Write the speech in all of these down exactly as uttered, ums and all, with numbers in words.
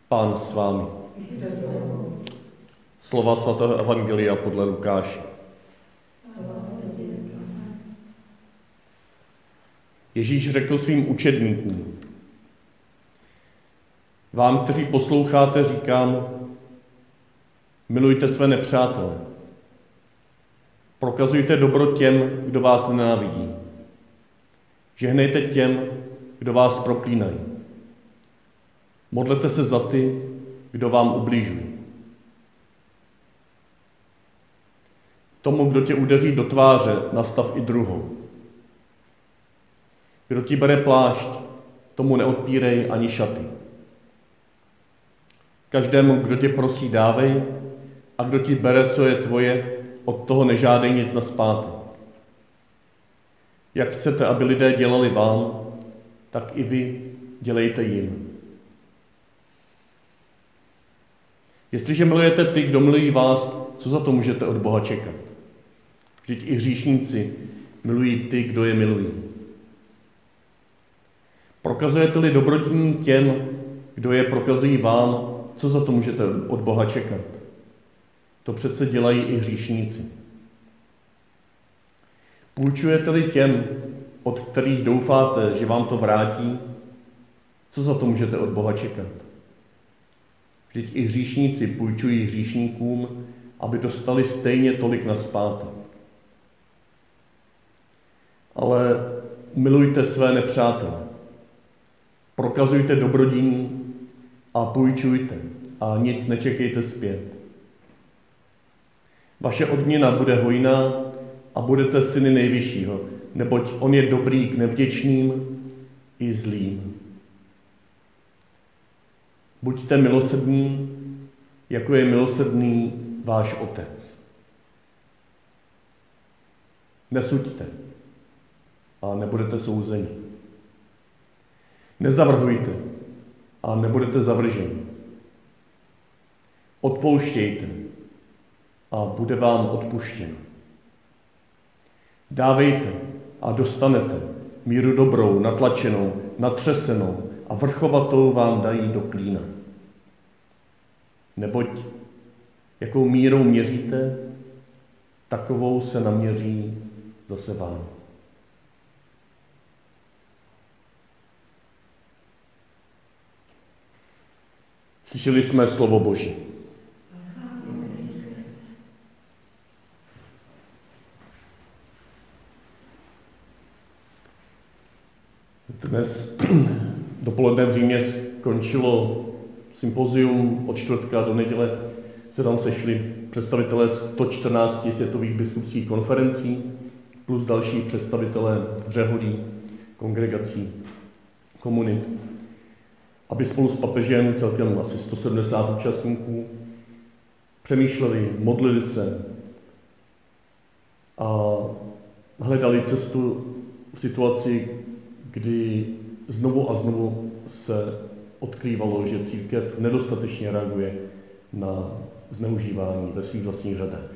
Pán s vámi. Slova svatého evangelia podle Lukáše. Ježíš řekl svým učedníkům: Vám, kteří posloucháte, říkám, milujte své nepřátele. Prokazujte dobro těm, kdo vás nenávidí. Žehnejte těm, kdo vás proklínají. Modlete se za ty, kdo vám ubližují. Tomu, kdo tě udeří do tváře, nastav i druhou. Kdo ti bere plášť, tomu neodpírej ani šaty. Každému, kdo tě prosí, dávej, a kdo ti bere, co je tvoje, od toho nežádej nic nazpátek. Jak chcete, aby lidé dělali vám, tak i vy dělejte jim. Jestliže milujete ty, kdo milují vás, co za to můžete od Boha čekat? Vždyť i hříšníci milují ty, kdo je milují. Prokazujete-li dobrodění těm, kdo je prokazují vám, co za to můžete od Boha čekat? To přece dělají i hříšníci. Půjčujete-li těm, od kterých doufáte, že vám to vrátí, co za to můžete od Boha čekat? Vždyť i hříšníci půjčují hříšníkům, aby dostali stejně tolik nazpátek. Ale milujte své nepřátele. Prokazujte dobrodění a půjčujte a nic nečekejte zpět. Vaše odměna bude hojná a budete syny Nejvyššího, neboť on je dobrý k nevděčným i zlým. Buďte milosrdní, jako je milosrdný váš Otec. Nesuďte a nebudete souzeni. Nezavrhujte a nebudete zavrženi. Odpouštějte a bude vám odpuštěno. Dávejte a dostanete míru dobrou, natlačenou, natřesenou a vrchovatou vám dají do klína. Neboť jakou mírou měříte, takovou se naměří zase vám. Slyšeli jsme slovo Boží. Dnes dopoledne v Římě skončilo sympozium, od čtvrtka do neděle se tam sešli představitelé sto čtrnácti světových biskupských konferencí plus další představitelé řeholí, kongregací, komunit, aby spolu s papežem, celkem asi sto sedmdesát účastníků, přemýšleli, modlili se a hledali cestu v situaci, kdy znovu a znovu se odkrývalo, že církev nedostatečně reaguje na zneužívání ve svých vlastních řadách.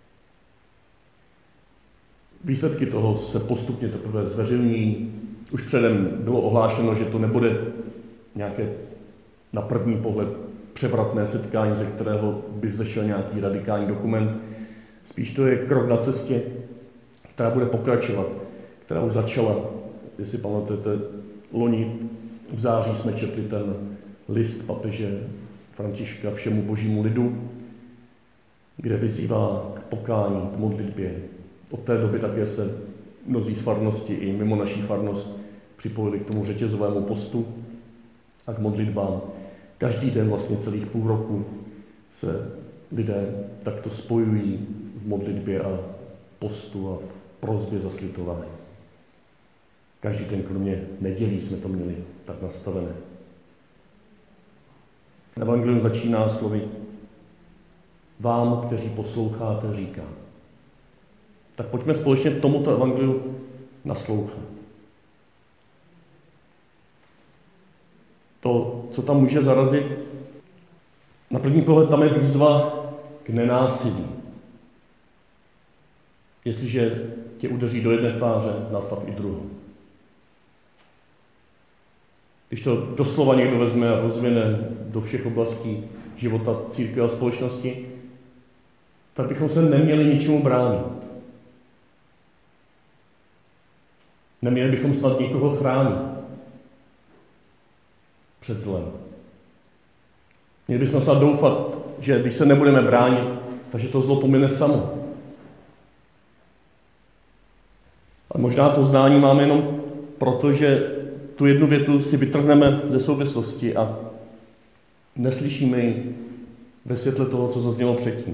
Výsledky toho se postupně teprve zveřejňují. Už předem bylo ohlášeno, že to nebude nějaké na první pohled převratné setkání, ze kterého by vzešel nějaký radikální dokument. Spíš to je krok na cestě, která bude pokračovat, která už začala. Jestli pamatujete, loni v září jsme četli ten list papeže Františka všemu božímu lidu, kde vyzývá k pokání, k modlitbě. Od té doby také se mnozí z farnosti i mimo naší farnost připojili k tomu řetězovému postu a k modlitbám. Každý den, vlastně celých půl roku, se lidé takto spojují v modlitbě a postu a v prosbě za slitování. Každý den, kromě nedělí, jsme to měli tak nastavené. Evangelium začíná slovy: Vám, kteří posloucháte, říkám. Tak pojďme společně tomuto evangeliu naslouchat. To, co tam může zarazit, na první pohled tam je výzva k nenásilí. Jestliže tě udeří do jedné tváře, nastav i druhou. když to doslova někdo vezme a rozvine do všech oblastí života církve a společnosti, tak bychom se neměli ničemu bránit. Neměli bychom snad nikoho chránit před zlem. Měli bychom snad doufat, že když se nebudeme bránit, takže to zlo pomine samo. A možná to znání máme jenom proto, že tu jednu větu si vytrhneme ze souvislosti a neslyšíme ji ve světle toho, co zaznělo předtím.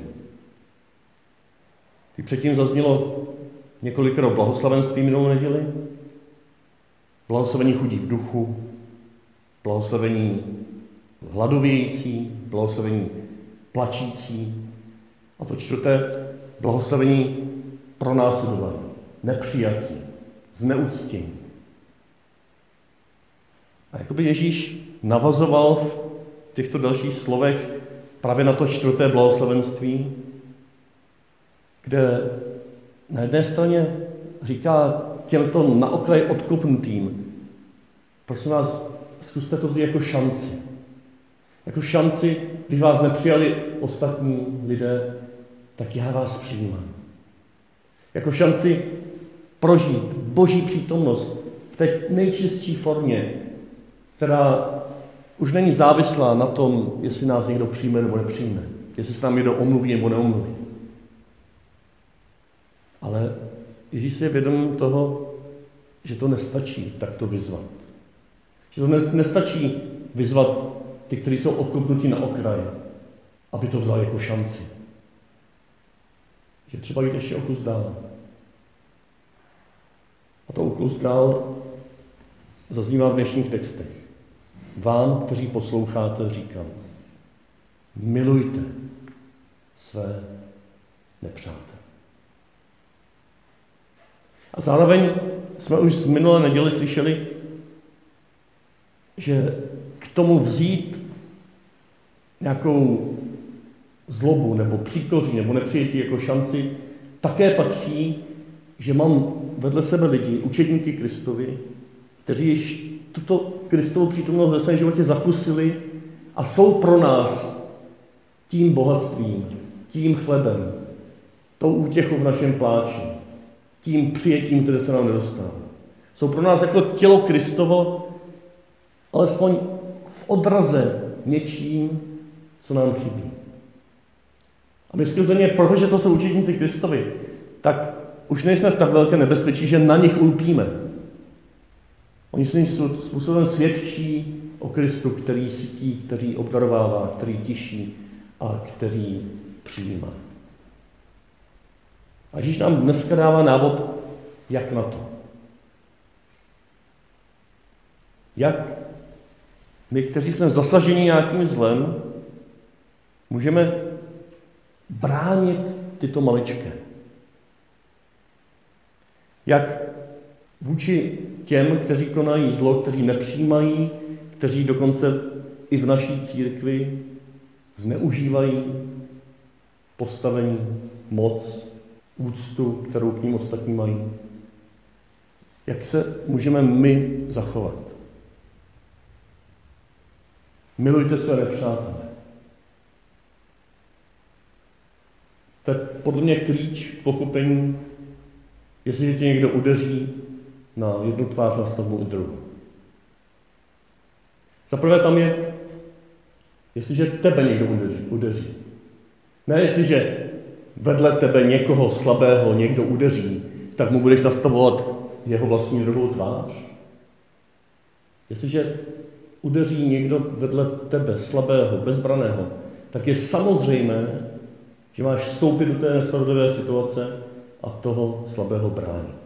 Když předtím zaznělo několikero blahoslavenství minulou neděli, blahoslavení chudí v duchu, blahoslavení hladovějící, blahoslavení plačící a to čtvrté, blahoslavení pronásledování, nepřijatí, zneuctění. A jakoby Ježíš navazoval v těchto dalších slovech právě na to čtvrté blahoslavenství, kde na jedné straně říká těmto na okraj odkopnutým, prosím vás, zkuste to vzít jako šanci. Jako šanci, když vás nepřijali ostatní lidé, tak já vás přijímám. Jako šanci prožít Boží přítomnost v té nejčistší formě, která už není závislá na tom, jestli nás někdo přijme nebo nepřijme, jestli se nám někdo omluví nebo neomluví. Ale Ježíš si je vědom toho, že to nestačí takto vyzvat. Že to nestačí vyzvat ty, kteří jsou odkopnutí na okraj, aby to vzal jako šanci. Že třeba jít ještě o kus dál. A to o kus dál zaznívá v dnešních textech. Vám, kteří posloucháte, říkám, milujte své nepřátele. A zároveň jsme už z minulé neděli slyšeli, že k tomu vzít nějakou zlobu nebo příkoří nebo nepřijetí jako šanci také patří, že mám vedle sebe lidi, učedníky Kristovi, kteří již tuto Kristovu přítomnost ve svém životě zakusili a jsou pro nás tím bohatstvím, tím chlebem, tou útěchou v našem pláči, tím přijetím, které se nám nedostává. Jsou pro nás jako tělo Kristovo, alespoň v odraze něčím, co nám chybí. A my skrze ně, protože to jsou učedníci Kristovi, tak už nejsme v tak velké nebezpečí, že na nich ulpíme. Oni svým způsobem svědčí o Kristu, který sytí, který obdarovává, který tiší a který přijímá. A Ježíš nám dneska dává návod, jak na to. Jak my, kteří jsme zasaženi nějakým zlem, můžeme bránit tyto maličké. Jak vůči těm, kteří konají zlo, kteří nepřijímají, kteří dokonce i v naší církvi zneužívají postavení, moc, úctu, kterou k ním ostatní mají. Jak se můžeme my zachovat? Milujte své nepřátele. To je podle mě klíč k pochopení, jestliže tě někdo udeří na jednu tvář, na stavbu i druhou. Za prvé tam je, jestliže tebe někdo udeří. udeří. Ne, jestliže vedle tebe někoho slabého někdo udeří, tak mu budeš nastavovat jeho vlastní druhou tvář. Jestliže udeří někdo vedle tebe slabého, bezbraného, tak je samozřejmé, že máš vstoupit do té nespravedlivé situace a toho slabého bránit.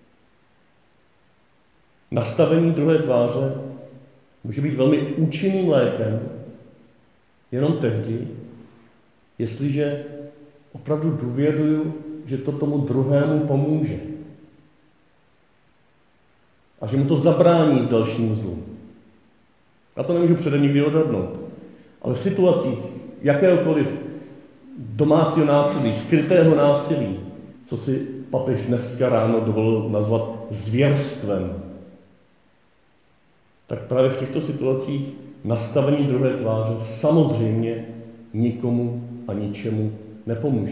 Nastavení druhé tváře může být velmi účinným lékem jenom tehdy, jestliže opravdu důvěřuju, že to tomu druhému pomůže. A že mu to zabrání v dalším zlu. Já to nemůžu předem nikdy odhadnout. Ale v situacích jakéhokoliv domácího násilí, skrytého násilí, co si papež dneska ráno dovolil nazvat zvěrstvem, tak právě v těchto situacích nastavení druhé tváře samozřejmě nikomu a ničemu nepomůže.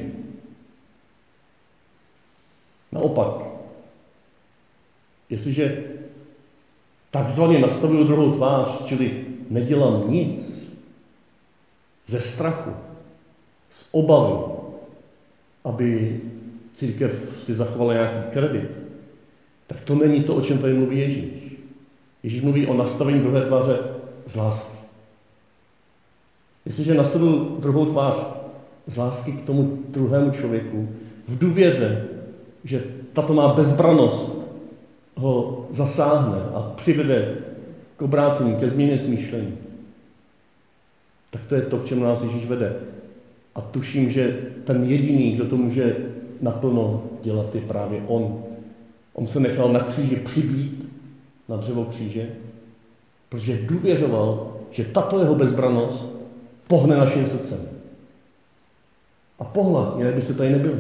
Naopak, jestliže takzvaně nastavuju druhou tvář, čili nedělám nic, ze strachu, z obavy, aby církev si zachovala nějaký kredit, tak to není to, o čem tady mluví Ježíš. Ježíš mluví o nastavení druhé tváře z lásky. Jestliže nastavuju druhou tvář z lásky k tomu druhému člověku, v důvěře, že tato má bezbranost ho zasáhne a přivede k obrácení, ke změně smýšlení, tak to je to, k čemu nás Ježíš vede. A tuším, že ten jediný, kdo to může naplno dělat, je právě on. On se nechal na kříži přibít, na dřevo kříže, protože důvěřoval, že tato jeho bezbranost pohne naším srdcem. A pohla, jinak by se tady nebyli.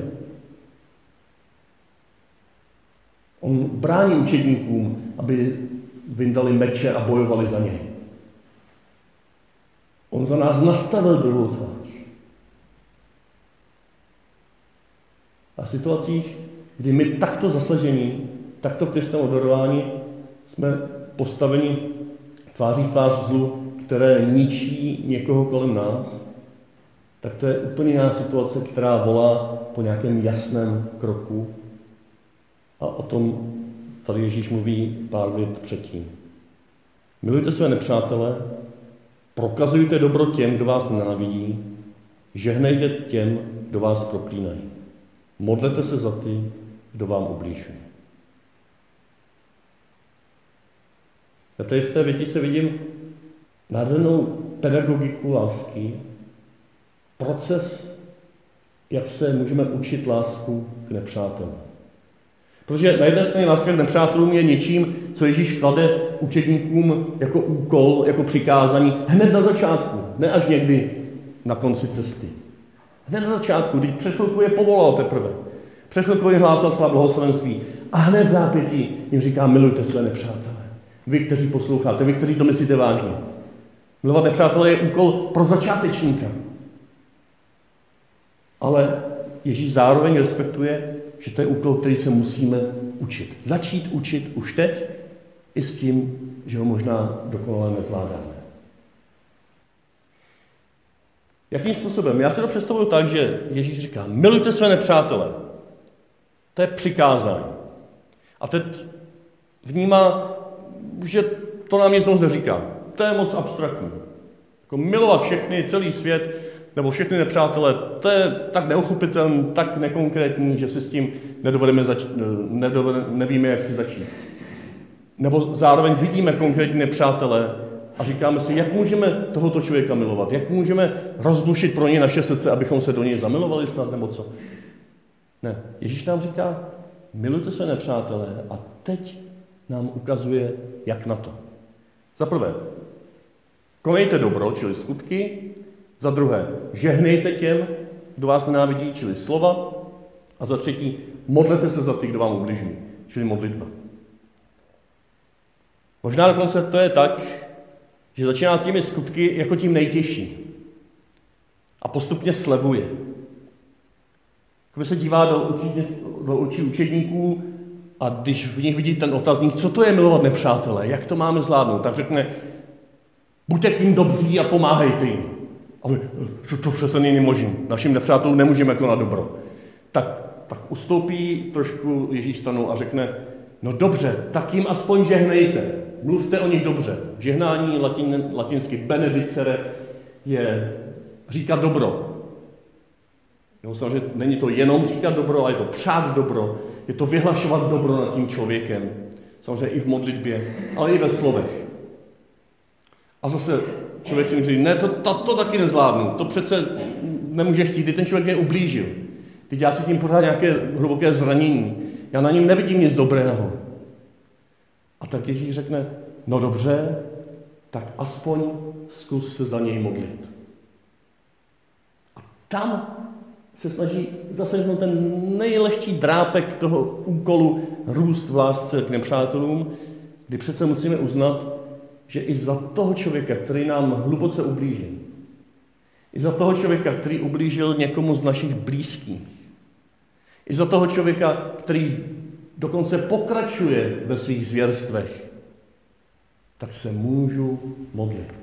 On brání učedníkům, aby vyndali meče a bojovali za něj. On za nás nastavil druhou tvář. A v situacích, kdy my takto zasažení, takto Kristem odorováni, jsme postaveni tváří tvář zlu, které ničí někoho kolem nás, tak to je úplně jiná situace, která volá po nějakém jasném kroku. A o tom tady Ježíš mluví pár vět předtím. Milujte své nepřátele, prokazujte dobro těm, kdo vás nenávidí, žehnejte těm, kdo vás proklínají. Modlete se za ty, kdo vám ublížují. Já tady v té větice vidím nádhernou pedagogiku lásky, proces, jak se můžeme učit lásku k nepřátelům. Protože na jedné straně láska k nepřátelům je něčím, co Ježíš klade učedníkům jako úkol, jako přikázání hned na začátku, ne až někdy na konci cesty. Hned na začátku, když před chvilkou je povolal teprve. Před chvilkou je hlásal svá blahoslavenství. A hned v zápětí jim říká, milujte své nepřátele. Vy, kteří posloucháte, vy, kteří to myslíte vážně. Milovat nepřátele je úkol pro začátečníka. Ale Ježíš zároveň respektuje, že to je úkol, který se musíme učit. Začít učit už teď, i s tím, že ho možná dokonale nezvládáme. Jakým způsobem? Já si to představuju tak, že Ježíš říká, milujte své nepřátele. To je přikázání. A teď vnímá, že to nám nic moc neříká. To je moc abstraktní. Jako milovat všechny, celý svět, nebo všechny nepřátele, to je tak neuchopitelné, tak nekonkrétní, že si s tím nedovedeme zač- nedovede, nevíme, jak si začít. Nebo zároveň vidíme konkrétní nepřátele a říkáme si, jak můžeme tohoto člověka milovat, jak můžeme rozbušit pro něj naše srdce, abychom se do něj zamilovali snad, nebo co. Ne, Ježíš nám říká, milujte své nepřátele a teď nám ukazuje, jak na to. Za prvé, konejte dobro, čili skutky. Za druhé, žehnejte těm, kdo vás nenávidí, čili slova. A za třetí, modlete se za ty, kdo vám ubližují, čili modlitba. Možná dokonce to je tak, že začíná těmi skutky jako tím nejtěžší. A postupně slevuje. Když se dívá do očí, do očí učedníků a když v nich vidí ten otazník, co to je milovat nepřátele, jak to máme zvládnout, tak řekne, buďte k ním dobří a pomáhejte jim. Ale to, to přece není možné. Našim nepřátelům nemůžeme konat dobro. Tak, tak ustoupí trošku Ježíš stranou a řekne, no dobře, tak jim aspoň žehnejte. Mluvte o nich dobře. Žehnání latin, latinsky benedicere je říkat dobro. Jo, samozřejmě není to jenom říkat dobro, ale je to přát dobro, je to vyhlašovat dobro nad tím člověkem. Samozřejmě i v modlitbě, ale i ve slovech. A zase člověk si říká, ne, to, to, to taky nezvládnu, to přece nemůže chtít, ty ten člověk mě ublížil. Teď já si tím pořád nějaké hluboké zranění. Já na něm nevidím nic dobrého. A tak Ježíš řekne, no dobře, tak aspoň zkus se za něj modlit. A tam se snaží zaseknout ten nejlehčí drápek toho úkolu růst v lásce k nepřátelům, kdy přece musíme uznat, že i za toho člověka, který nám hluboce ublížil, i za toho člověka, který ublížil někomu z našich blízkých, i za toho člověka, který dokonce pokračuje ve svých zvěrstvech, tak se můžu modlit.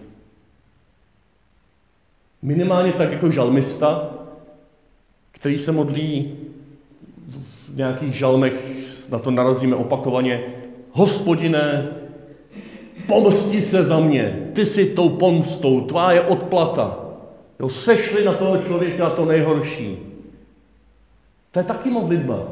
Minimálně tak jako žalmista, který se modlí v nějakých žalmech, na to narazíme opakovaně, Hospodine, pomsti se za mě, ty jsi tou pomstou, tvá je odplata. Jo, sešli na toho člověka to nejhorší. To je taky modlitba.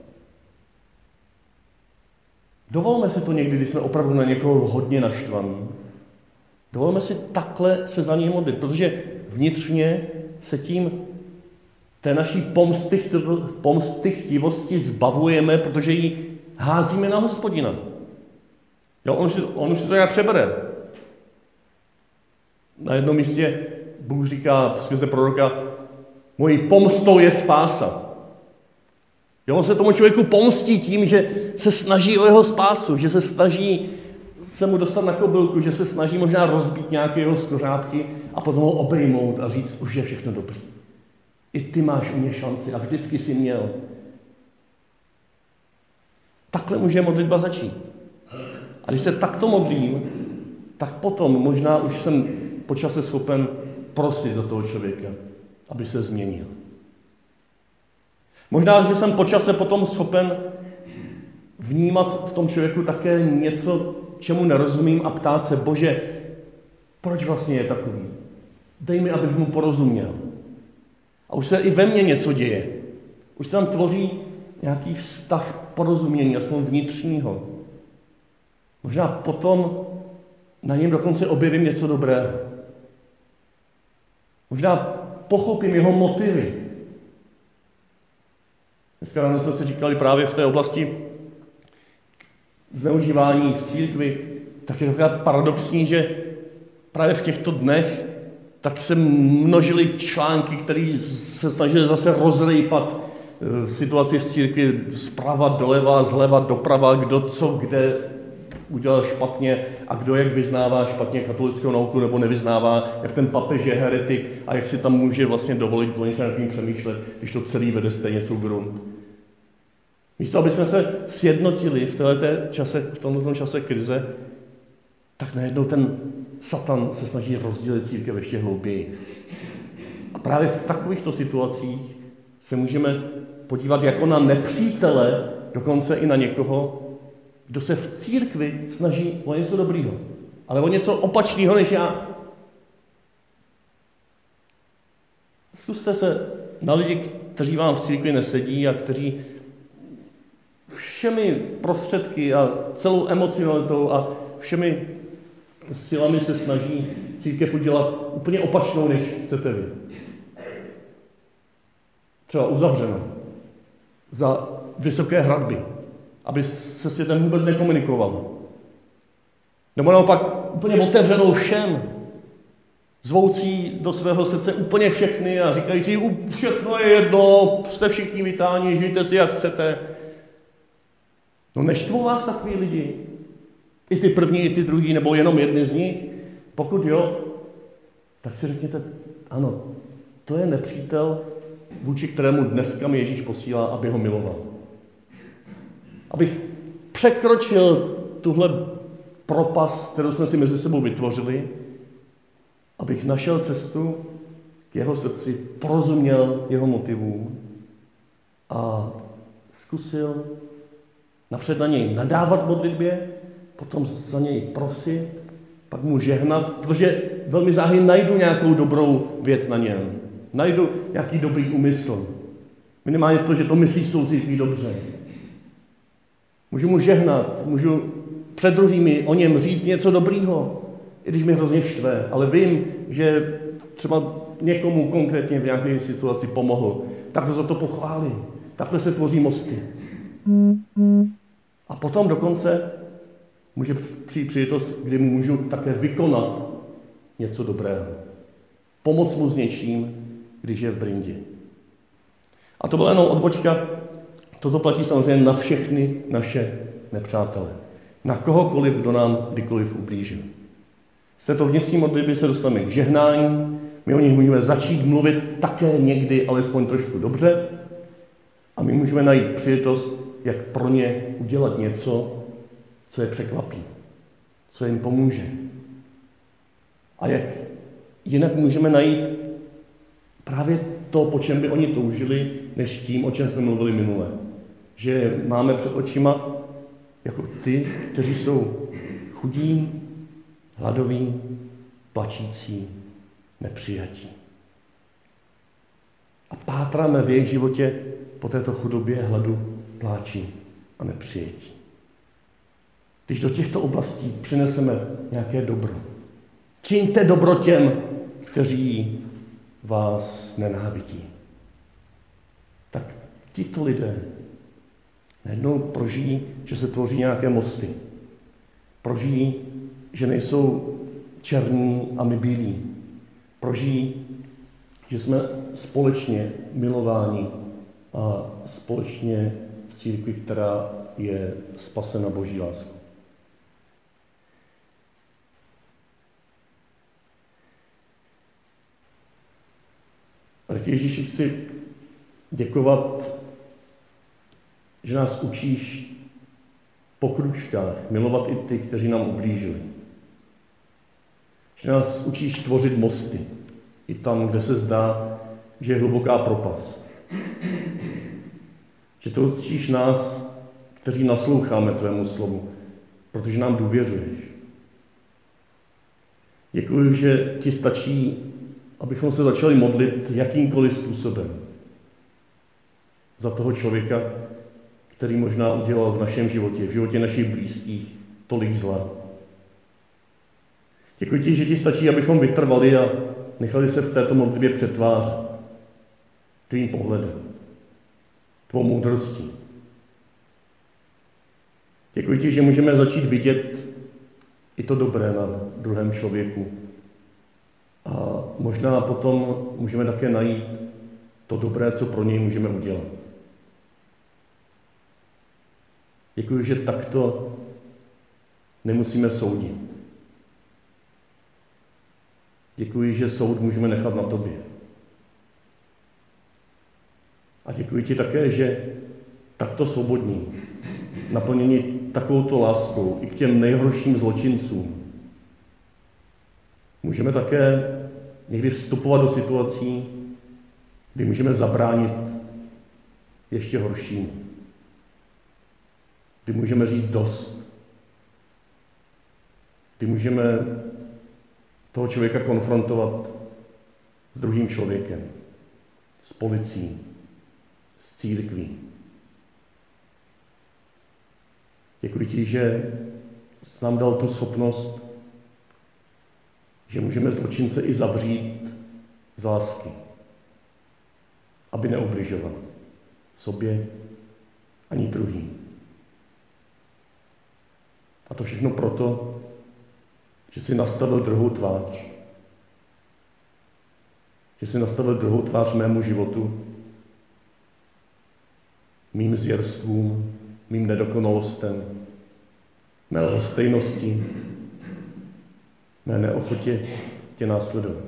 Dovolme si to někdy, když jsme opravdu na někoho hodně naštvaní. Dovolme si takhle se za něj modlit, protože vnitřně se tím té naší pomsty, pomsty chtivosti zbavujeme, protože ji házíme na Hospodina. Jo, on, si, on už si to nějak přebere. Na jednom místě Bůh říká skrze proroka, mojí pomstou je spása. Jo, on se tomu člověku pomstí tím, že se snaží o jeho spásu, že se snaží se mu dostat na kobylku, že se snaží možná rozbít nějaké jeho skořápky a potom ho obejmout a říct, už je všechno dobrý. I ty máš u mě šanci a vždycky jsi měl. Takhle může modlitba začít. A když se takto modlím, tak potom možná už jsem po čase schopen prosit za toho člověka, aby se změnil. Možná, že jsem po čase potom schopen vnímat v tom člověku také něco, čemu nerozumím a ptát se, Bože, proč vlastně je takový? Dej mi, abych mu porozuměl. A už se i ve mně něco děje. Už se tam tvoří nějaký vztah porozumění, aspoň vnitřního. Možná potom na něm dokonce objevím něco dobrého. Možná pochopím jeho motivy. Dneska ráno jsme si říkali právě v té oblasti zneužívání v církvi, tak je taková paradoxní, že právě v těchto dnech tak se množily články, které se snažily zase rozrejpat situaci v církvi zprava doleva, zleva doprava, kdo co kde udělal špatně a kdo jak vyznává špatně katolickou nauku nebo nevyznává, jak ten papež je heretik a jak si tam může vlastně dovolit o něčem takovým přemýšlet, když to celý vede stejně co grunt. Místo, aby jsme se sjednotili v, čase, v tomto čase krize, tak najednou ten Satan se snaží rozdělit církev ještě hlouběji. A právě v takovýchto situacích se můžeme podívat jako na nepřítele, dokonce i na někoho, kdo se v církvi snaží o něco dobrýho, ale o něco opačného než já. Zkuste se na lidi, kteří vám v církvi nesedí a kteří všemi prostředky a celou emocionalitou a všemi silami se snaží církev udělat úplně opačnou, než chcete vy. Třeba uzavřeno za vysoké hradby, aby se světem vůbec nekomunikovalo. Nebo naopak úplně otevřenou všem, zvoucí do svého srdce úplně všechny a říkají si, všechno je jedno, jste všichni vítáni, žijte si, jak chcete. No neštvou vás takový lidi? I ty první, i ty druhý, nebo jenom jedni z nich? Pokud jo, tak si řekněte, ano, to je nepřítel, vůči kterému dneska mi Ježíš posílá, aby ho miloval. Abych překročil tuhle propast, kterou jsme si mezi sebou vytvořili, abych našel cestu k jeho srdci, porozuměl jeho motivům a zkusil napřed na něj nadávat v modlitbě, potom za něj prosit, pak mu žehnat, protože velmi záhy najdu nějakou dobrou věc na něm. Najdu nějaký dobrý úmysl. Minimálně to, že to myslí s tou církví dobře. Můžu mu žehnat, můžu před druhými o něm říct něco dobrýho, i když mi hrozně štve, ale vím, že třeba někomu konkrétně v nějaké situaci pomohl. Tak to za to pochválím. Takhle se tvoří mosty. A potom dokonce může přijít příležitost, kdy mu můžu také vykonat něco dobrého. Pomoct mu s něčím, když je v brindě. A to byla jenom odbočka. Toto platí samozřejmě na všechny naše nepřátele. Na kohokoliv, kdo nám kdykoliv ublížil. Z této vnitřní modlitby se dostaneme k žehnání, my o nich můžeme začít mluvit také někdy, alespoň trošku dobře, a my můžeme najít příležitost, jak pro ně udělat něco, co je překvapí, co jim pomůže. A jak jinak můžeme najít právě to, po čem by oni toužili, než tím, o čem jsme mluvili minule. Že máme před očima jako ty, kteří jsou chudí, hladoví, plačící, nepřijatí. A pátráme v jejich životě po této chudobě, hladu, pláči a nepřijetí. Když do těchto oblastí přineseme nějaké dobro, čiňte dobro těm, kteří vás nenávidí. Tak tito lidé najednou prožijí, že se tvoří nějaké mosty. Prožijí, že nejsou černí a my bílí. Prožijí, že jsme společně milováni a společně v církvi, která je spasena Boží láskou. Ale Ježíši, chci děkovat, že nás učíš po kručkách milovat i ty, kteří nám ublížili. Že nás učíš tvořit mosty i tam, kde se zdá, že je hluboká propast. Že to učíš nás, kteří nasloucháme tvému slovu, protože nám důvěřuješ. Děkuji, že ti stačí, abychom se začali modlit jakýmkoliv způsobem za toho člověka, který možná udělal v našem životě, v životě našich blízkých tolik zla. Děkuji ti, že ti stačí, abychom vytrvali a nechali se v této modlitbě přetvářet tvým pohledem, tvou moudrostí. Děkuji ti, že můžeme začít vidět i to dobré na druhém člověku. A možná potom můžeme také najít to dobré, co pro něj můžeme udělat. Děkuji, že takto nemusíme soudit. Děkuji, že soud můžeme nechat na tobě. A děkuji ti také, že takto svobodní, naplnění takovouto láskou i k těm nejhorším zločincům, můžeme také někdy vstupovat do situací, kdy můžeme zabránit ještě horším. Kdy můžeme říct dost. Kdy můžeme toho člověka konfrontovat s druhým člověkem, s policií, s církví. Děkuji ti, že jsi nám dal tu schopnost, že můžeme zločince i zavřít z lásky, aby neubližoval sobě ani druhým. A to všechno proto, že jsi nastavil druhou tvář. Že jsi nastavil druhou tvář mému životu, mým zvěrstvům, mým nedokonalostem, mé lhostejnosti, mé neochotě tě následovat.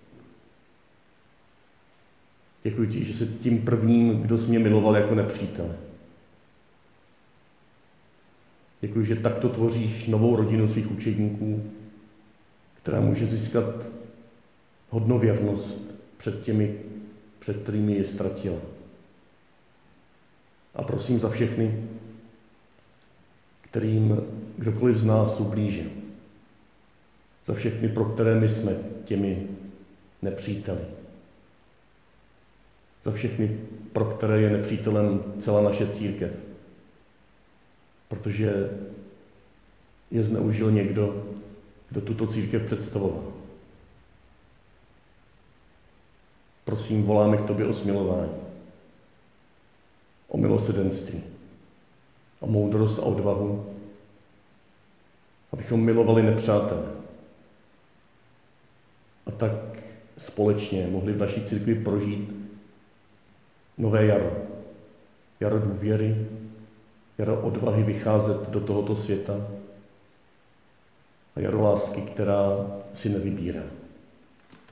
Děkuji ti, že jsi tím prvním, kdo jsi mě miloval jako nepřítele. Děkuji, že takto tvoříš novou rodinu svých učedníků, která může získat hodnověrnost před těmi, před kterými je ztratila. A prosím za všechny, kterým kdokoliv z nás ublížil. Za všechny, pro které my jsme těmi nepříteli. Za všechny, pro které je nepřítelem celá naše církev. Protože je zneužil někdo, kdo tuto církev představoval. Prosím, voláme k tobě o smilování, o milosrdenství, o moudrost a odvahu, abychom milovali nepřátele. A tak společně mohli v naší církvi prožít nové jaro. Jaro důvěry, jaro odvahy vycházet do tohoto světa a jarolásky, která si nevybírá.